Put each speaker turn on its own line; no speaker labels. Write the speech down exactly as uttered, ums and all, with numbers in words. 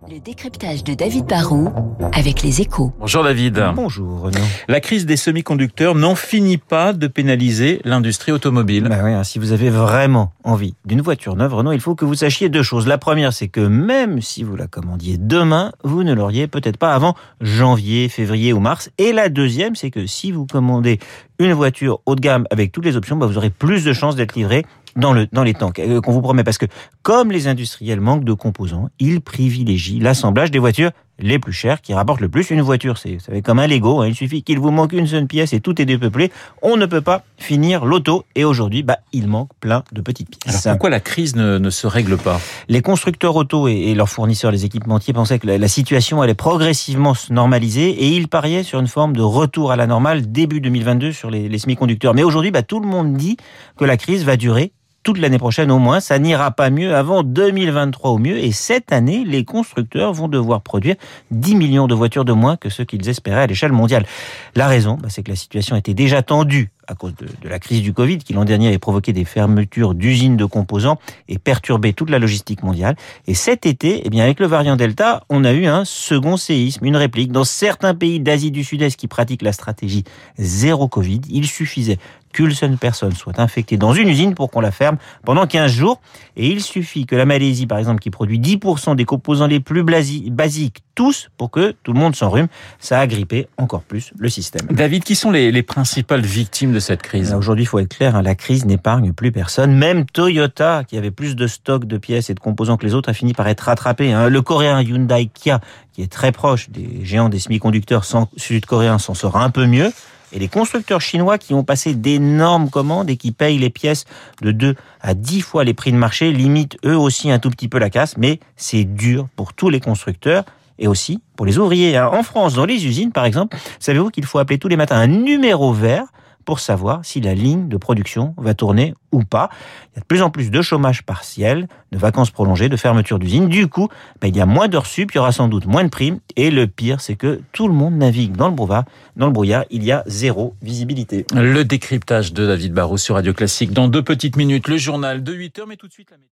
Le décryptage de David Barrault avec Les Échos.
Bonjour David.
Bonjour Renaud.
La crise des semi-conducteurs n'en finit pas de pénaliser l'industrie automobile.
Bah oui, hein, si vous avez vraiment envie d'une voiture neuve, Renaud, il faut que vous sachiez deux choses. La première, c'est que même si vous la commandiez demain, vous ne l'auriez peut-être pas avant janvier, février ou mars. Et la deuxième, c'est que si vous commandez une voiture haut de gamme avec toutes les options, bah vous aurez plus de chances d'être livré dans le dans les temps euh, qu'on vous promet, parce que comme les industriels manquent de composants, ils privilégient l'assemblage des voitures les plus chères qui rapportent le plus. Une voiture, c'est, vous savez, comme un Lego, hein, il suffit qu'il vous manque une seule pièce et tout est dépeuplé. On ne peut pas finir l'auto, et aujourd'hui, bah, il manque plein de petites pièces.
Alors pourquoi la crise ne, ne se règle pas ?
Les constructeurs auto et, et leurs fournisseurs, les équipementiers, pensaient que la, la situation allait progressivement se normaliser, et ils pariaient sur une forme de retour à la normale début deux mille vingt-deux sur les, les semi-conducteurs. Mais aujourd'hui, bah, tout le monde dit que la crise va durer toute l'année prochaine au moins, ça n'ira pas mieux avant deux mille vingt-trois au mieux, et cette année, les constructeurs vont devoir produire dix millions de voitures de moins que ce qu'ils espéraient à l'échelle mondiale. La raison, bah, c'est que la situation était déjà tendue à cause de, de la crise du Covid, qui l'an dernier avait provoqué des fermetures d'usines de composants et perturbé toute la logistique mondiale. Et cet été, eh bien, avec le variant Delta, on a eu un second séisme, une réplique. Dans certains pays d'Asie du Sud-Est qui pratiquent la stratégie zéro Covid, il suffisait qu'une seule personne soit infectée dans une usine pour qu'on la ferme pendant quinze jours. Et il suffit que la Malaisie, par exemple, qui produit dix pour cent des composants les plus basiques, tous, pour que tout le monde s'enrhume. Ça a grippé encore plus le système.
David, qui sont les, les principales victimes de cette crise ?
Aujourd'hui, il faut être clair, hein, la crise n'épargne plus personne. Même Toyota, qui avait plus de stock de pièces et de composants que les autres, a fini par être rattrapé. Hein. Le coréen Hyundai Kia, qui est très proche des géants des semi-conducteurs sud-coréens, s'en sort un peu mieux. Et les constructeurs chinois qui ont passé d'énormes commandes et qui payent les pièces de deux à dix fois les prix de marché, limitent eux aussi un tout petit peu la casse. Mais c'est dur pour tous les constructeurs et aussi pour les ouvriers. En France, dans les usines, par exemple, savez-vous qu'il faut appeler tous les matins un numéro vert pour savoir si la ligne de production va tourner ou pas. Il y a de plus en plus de chômage partiel, de vacances prolongées, de fermeture d'usines. Du coup, ben, il y a moins d'heures sup, il y aura sans doute moins de primes. Et le pire, c'est que tout le monde navigue dans le brouillard. Dans le brouillard, il y a zéro visibilité.
Le décryptage de David Barrault sur Radio Classique. Dans deux petites minutes, le journal de huit heures, mais tout de suite la météo.